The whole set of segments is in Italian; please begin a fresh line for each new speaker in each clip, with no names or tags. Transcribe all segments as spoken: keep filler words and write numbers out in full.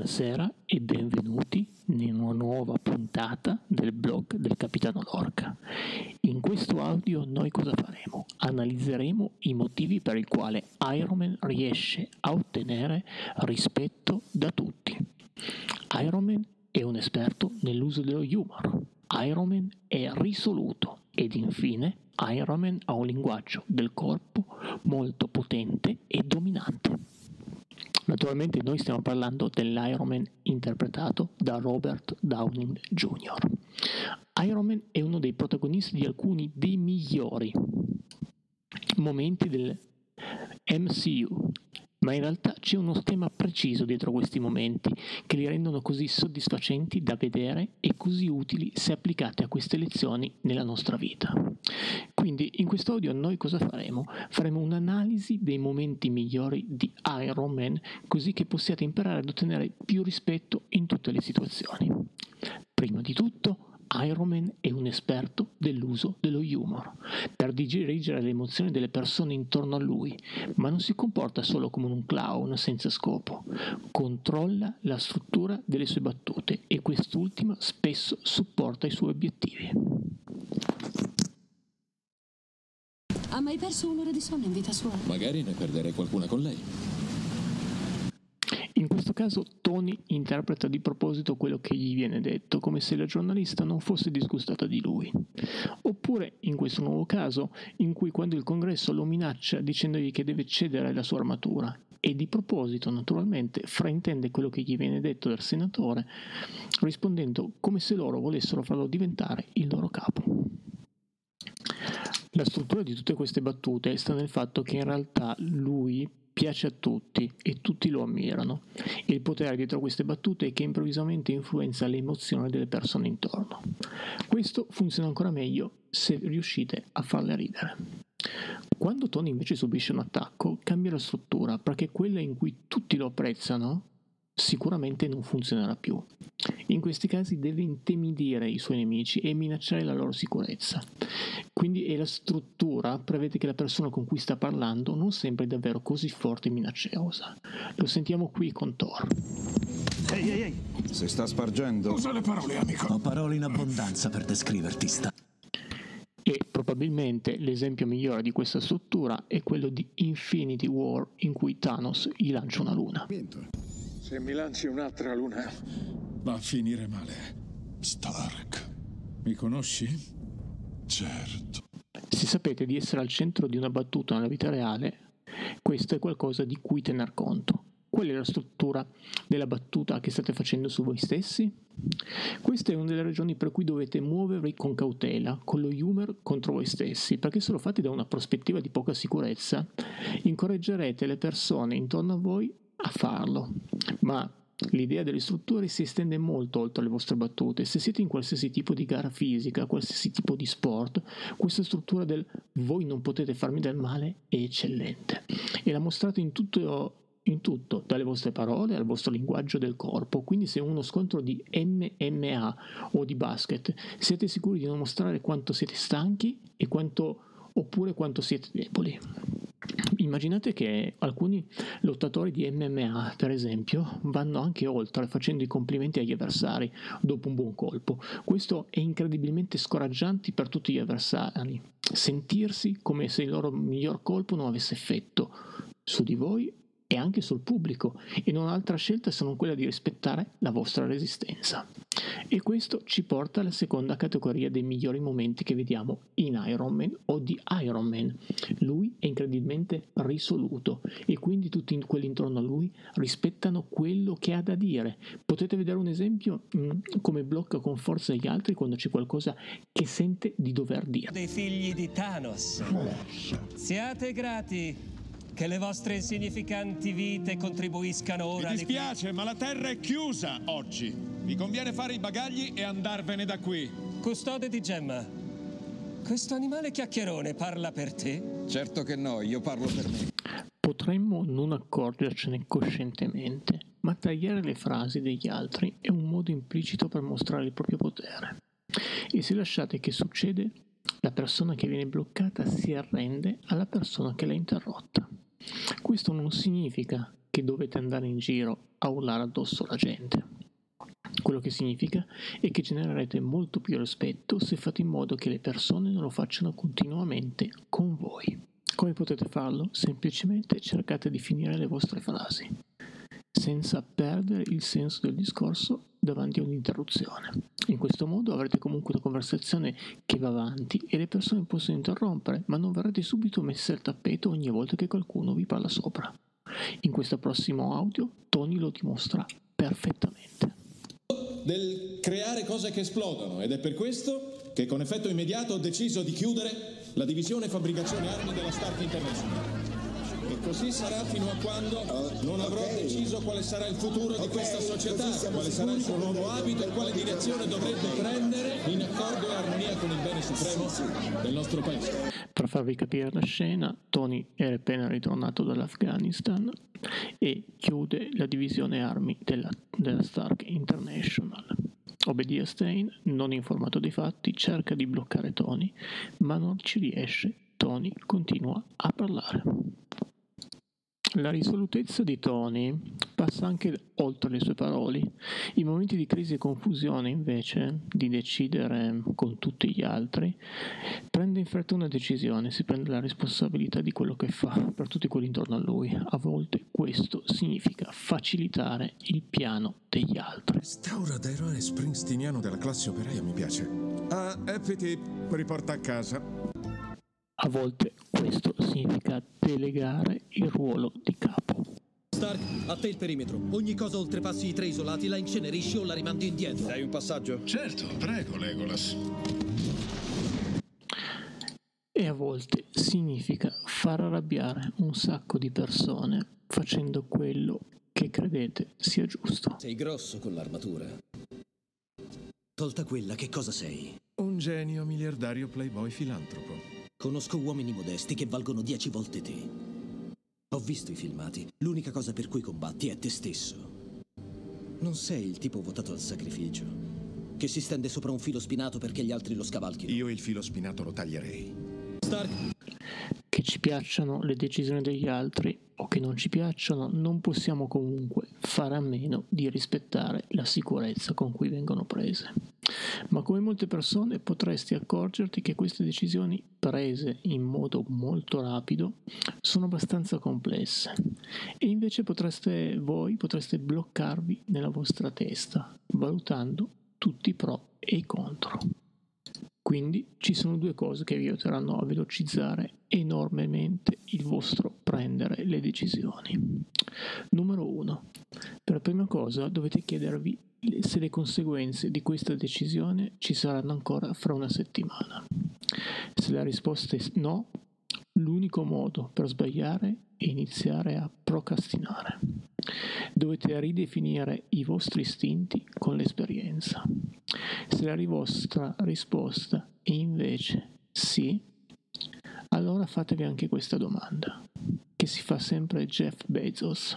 Buonasera e benvenuti in una nuova puntata del blog del Capitano Lorca. In questo audio noi cosa faremo? Analizzeremo i motivi per i quali Iron Man riesce a ottenere rispetto da tutti. Iron Man è un esperto nell'uso dello humor. Iron Man è risoluto ed infine Iron Man ha un linguaggio del corpo molto potente e dominante. Naturalmente noi stiamo parlando dell'Iron Man interpretato da Robert Downey junior Iron Man è uno dei protagonisti di alcuni dei migliori momenti del M C U, ma in realtà c'è uno schema preciso dietro questi momenti che li rendono così soddisfacenti da vedere e così utili se applicati a queste lezioni nella nostra vita. Quindi in questo audio noi cosa faremo? Faremo un'analisi dei momenti migliori di Iron Man, così che possiate imparare ad ottenere più rispetto in tutte le situazioni. Prima di tutto, Iron Man è un esperto dell'uso dello humor per dirigere le emozioni delle persone intorno a lui, ma non si comporta solo come un clown senza scopo. Controlla la struttura delle sue battute e quest'ultima spesso supporta i suoi obiettivi.
Ha mai perso un'ora di sonno in vita sua?
Magari ne perderei qualcuna con lei.
In questo caso Tony interpreta di proposito quello che gli viene detto, come se la giornalista non fosse disgustata di lui. Oppure in questo nuovo caso, in cui quando il congresso lo minaccia dicendogli che deve cedere la sua armatura, e di proposito naturalmente fraintende quello che gli viene detto dal senatore, rispondendo come se loro volessero farlo diventare il loro capo. La struttura di tutte queste battute sta nel fatto che in realtà lui piace a tutti e tutti lo ammirano. Il potere dietro queste battute è che improvvisamente influenza le emozioni delle persone intorno. Questo funziona ancora meglio se riuscite a farle ridere. Quando Tony invece subisce un attacco, cambia la struttura, perché quella in cui tutti lo apprezzano sicuramente non funzionerà più. In questi casi deve intimidire i suoi nemici e minacciare la loro sicurezza. Quindi è la struttura prevede che la persona con cui sta parlando non sembri davvero così forte e minacciosa. Lo sentiamo qui con Thor.
Ehi, ehi, ehi! Si sta spargendo.
Usa le parole, amico.
Ho parole in abbondanza per descriverti, sta.
E probabilmente l'esempio migliore di questa struttura è quello di Infinity War, in cui Thanos gli lancia una luna.
Se mi lanci un'altra luna, va a finire male.
Stark.
Mi conosci?
Certo.
Se sapete di essere al centro di una battuta nella vita reale, questo è qualcosa di cui tener conto. Qual è la struttura della battuta che state facendo su voi stessi? Questa è una delle ragioni per cui dovete muovervi con cautela, con lo humor contro voi stessi, perché se lo fate da una prospettiva di poca sicurezza, incoraggerete le persone intorno a voi a farlo. Ma l'idea delle strutture si estende molto oltre le vostre battute. Se siete in qualsiasi tipo di gara fisica, qualsiasi tipo di sport, questa struttura del voi non potete farmi del male è eccellente e la mostrate in tutto, in tutto, dalle vostre parole al vostro linguaggio del corpo. Quindi se è uno scontro di M M A o di basket, siete sicuri di non mostrare quanto siete stanchi e quanto, oppure quanto siete deboli. Immaginate che alcuni lottatori di M M A, per esempio, vanno anche oltre facendo i complimenti agli avversari dopo un buon colpo. Questo è incredibilmente scoraggiante per tutti gli avversari. Sentirsi come se il loro miglior colpo non avesse effetto su di voi e anche sul pubblico, e non ha altra scelta se non quella di rispettare la vostra resistenza. E questo ci porta alla seconda categoria dei migliori momenti che vediamo in Iron Man o di Iron Man. Lui è incredibilmente risoluto e quindi tutti quelli intorno a lui rispettano quello che ha da dire. Potete vedere un esempio mh, come blocca con forza gli altri quando c'è qualcosa che sente di dover dire.
Dei figli di Thanos. Siate grati che le vostre insignificanti vite contribuiscano ora.
Mi dispiace, ma la terra è chiusa oggi. Vi conviene fare i bagagli e andarvene da qui.
Custode di Gemma, questo animale chiacchierone parla per te?
Certo che no, io parlo per me.
Potremmo non accorgercene coscientemente, ma tagliare le frasi degli altri è un modo implicito per mostrare il proprio potere. E se lasciate che succede, la persona che viene bloccata si arrende alla persona che l'ha interrotta. Quindi Questo non significa che dovete andare in giro a urlare addosso alla gente. Quello che significa è che genererete molto più rispetto se fate in modo che le persone non lo facciano continuamente con voi. Come potete farlo? Semplicemente cercate di finire le vostre frasi, senza perdere il senso del discorso davanti a un'interruzione. In questo modo avrete comunque una conversazione che va avanti e le persone possono interrompere, ma non verrete subito messi al tappeto ogni volta che qualcuno vi parla sopra. In questo prossimo audio Tony lo dimostra perfettamente.
Del creare cose che esplodono, ed è per questo che con effetto immediato ho deciso di chiudere la divisione fabbricazione armi della Stark International. E così sarà fino a quando non avrò deciso quale sarà il futuro di questa società, quale sarà il suo nuovo abito e quale direzione dovrebbe prendere in accordo e armonia con il bene supremo del nostro paese.
Per farvi capire la scena, Tony era appena ritornato dall'Afghanistan e chiude la divisione armi della, della Stark International. Obadiah Stane, non informato dei fatti, cerca di bloccare Tony, ma non ci riesce. Tony continua a parlare. La risolutezza di Tony passa anche oltre le sue parole. In momenti di crisi e confusione, invece di decidere con tutti gli altri, prende in fretta una decisione, si prende la responsabilità di quello che fa per tutti quelli intorno a lui. A volte questo significa facilitare il piano degli altri.
Quest'aura da eroe springsteeniano della classe operaia mi piace. Ah, Happy ti riporta a casa.
A volte questo significa delegare il ruolo di capo.
Stark, a te il perimetro. Ogni cosa oltrepassi i tre isolati la incenerisci o la rimandi indietro.
Dai un passaggio?
Certo, prego, Legolas.
E a volte significa far arrabbiare un sacco di persone facendo quello che credete sia giusto.
Sei grosso con l'armatura. Tolta quella, che cosa sei?
Un genio miliardario playboy filantropo.
Conosco uomini modesti che valgono dieci volte te. Ho visto i filmati. L'unica cosa per cui combatti è te stesso. Non sei il tipo votato al sacrificio, che si stende sopra un filo spinato perché gli altri lo scavalchino.
Io il filo spinato lo taglierei.
Stark.
Che ci piacciono le decisioni degli altri o che non ci piacciono, non possiamo comunque fare a meno di rispettare la sicurezza con cui vengono prese. Ma come molte persone potresti accorgerti che queste decisioni prese in modo molto rapido sono abbastanza complesse e invece potreste, voi potreste bloccarvi nella vostra testa valutando tutti i pro e i contro. Quindi ci sono due cose che vi aiuteranno a velocizzare enormemente il vostro prendere le decisioni. Numero uno. Per prima cosa dovete chiedervi se le conseguenze di questa decisione ci saranno ancora fra una settimana. Se la risposta è no, l'unico modo per sbagliare è iniziare a procrastinare. Dovete ridefinire i vostri istinti con l'esperienza. Se la vostra risposta è invece sì, allora fatevi anche questa domanda, che si fa sempre Jeff Bezos,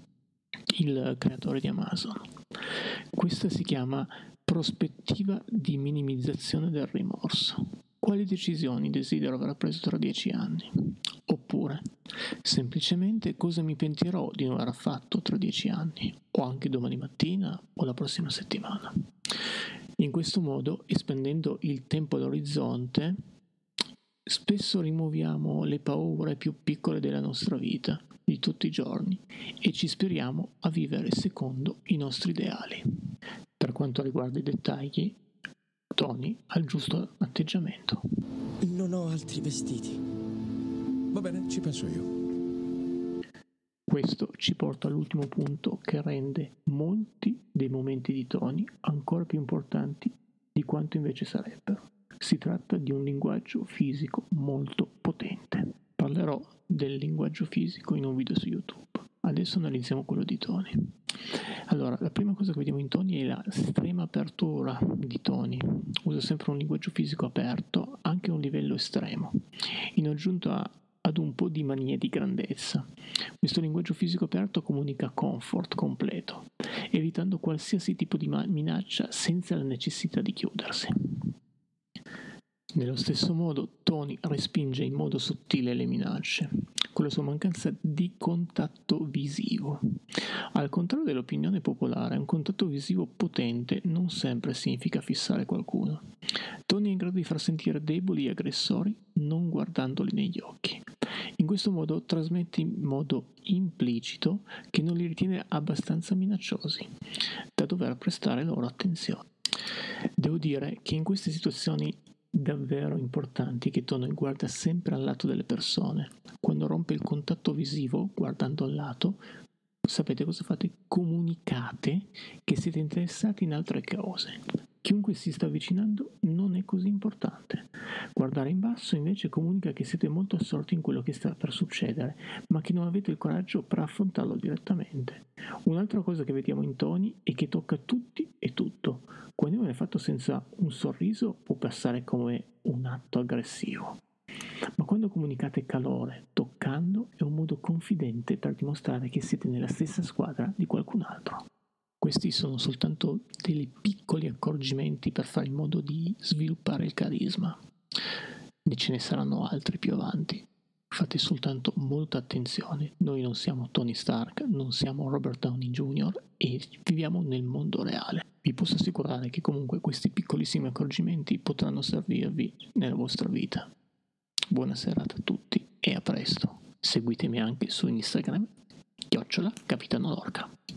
il creatore di Amazon. Questa si chiama prospettiva di minimizzazione del rimorso. Quali decisioni desidero aver preso tra dieci anni? Oppure, semplicemente cosa mi pentirò di non aver fatto tra dieci anni, o anche domani mattina o la prossima settimana. In questo modo, espandendo il tempo all'orizzonte, spesso rimuoviamo le paure più piccole della nostra vita, di tutti i giorni, e ci ispiriamo a vivere secondo i nostri ideali. Per quanto riguarda i dettagli, Tony ha il giusto atteggiamento.
Non ho altri vestiti.
Va bene, ci penso io.
Questo ci porta all'ultimo punto che rende molti dei momenti di Tony ancora più importanti di quanto invece sarebbero. Si tratta di un linguaggio fisico molto potente. Parlerò del linguaggio fisico in un video su YouTube. Adesso analizziamo quello di Tony. Allora, la prima cosa che vediamo in Tony è la estrema apertura di Tony. Usa sempre un linguaggio fisico aperto, anche a un livello estremo, in aggiunta ad un po' di mania di grandezza. Questo linguaggio fisico aperto comunica comfort completo, evitando qualsiasi tipo di minaccia senza la necessità di chiudersi. Nello stesso modo, Tony respinge in modo sottile le minacce. con la sua mancanza di contatto visivo. Al contrario dell'opinione popolare, un contatto visivo potente non sempre significa fissare qualcuno. Tony è in grado di far sentire deboli gli aggressori non guardandoli negli occhi. In questo modo trasmette in modo implicito che non li ritiene abbastanza minacciosi da dover prestare loro attenzione. Devo dire che in queste situazioni davvero importanti che Tony guarda sempre al lato delle persone. Quando rompe il contatto visivo guardando al lato, sapete cosa fate? Comunicate che siete interessati in altre cose. Chiunque si sta avvicinando non è così importante. Guardare in basso invece comunica che siete molto assorti in quello che sta per succedere, ma che non avete il coraggio per affrontarlo direttamente. Un'altra cosa che vediamo in Tony è che tocca tutti e tutto. Quando viene fatto senza un sorriso può passare come un atto aggressivo. Ma quando comunicate calore, toccando, è un modo confidente per dimostrare che siete nella stessa squadra di qualcun altro. Questi sono soltanto dei piccoli accorgimenti per fare in modo di sviluppare il carisma. E ce ne saranno altri più avanti. Fate soltanto molta attenzione. Noi non siamo Tony Stark, non siamo Robert Downey junior e viviamo nel mondo reale. Vi posso assicurare che comunque questi piccolissimi accorgimenti potranno servirvi nella vostra vita. Buona serata a tutti e a presto. Seguitemi anche su Instagram, chiocciola Capitano Lorca.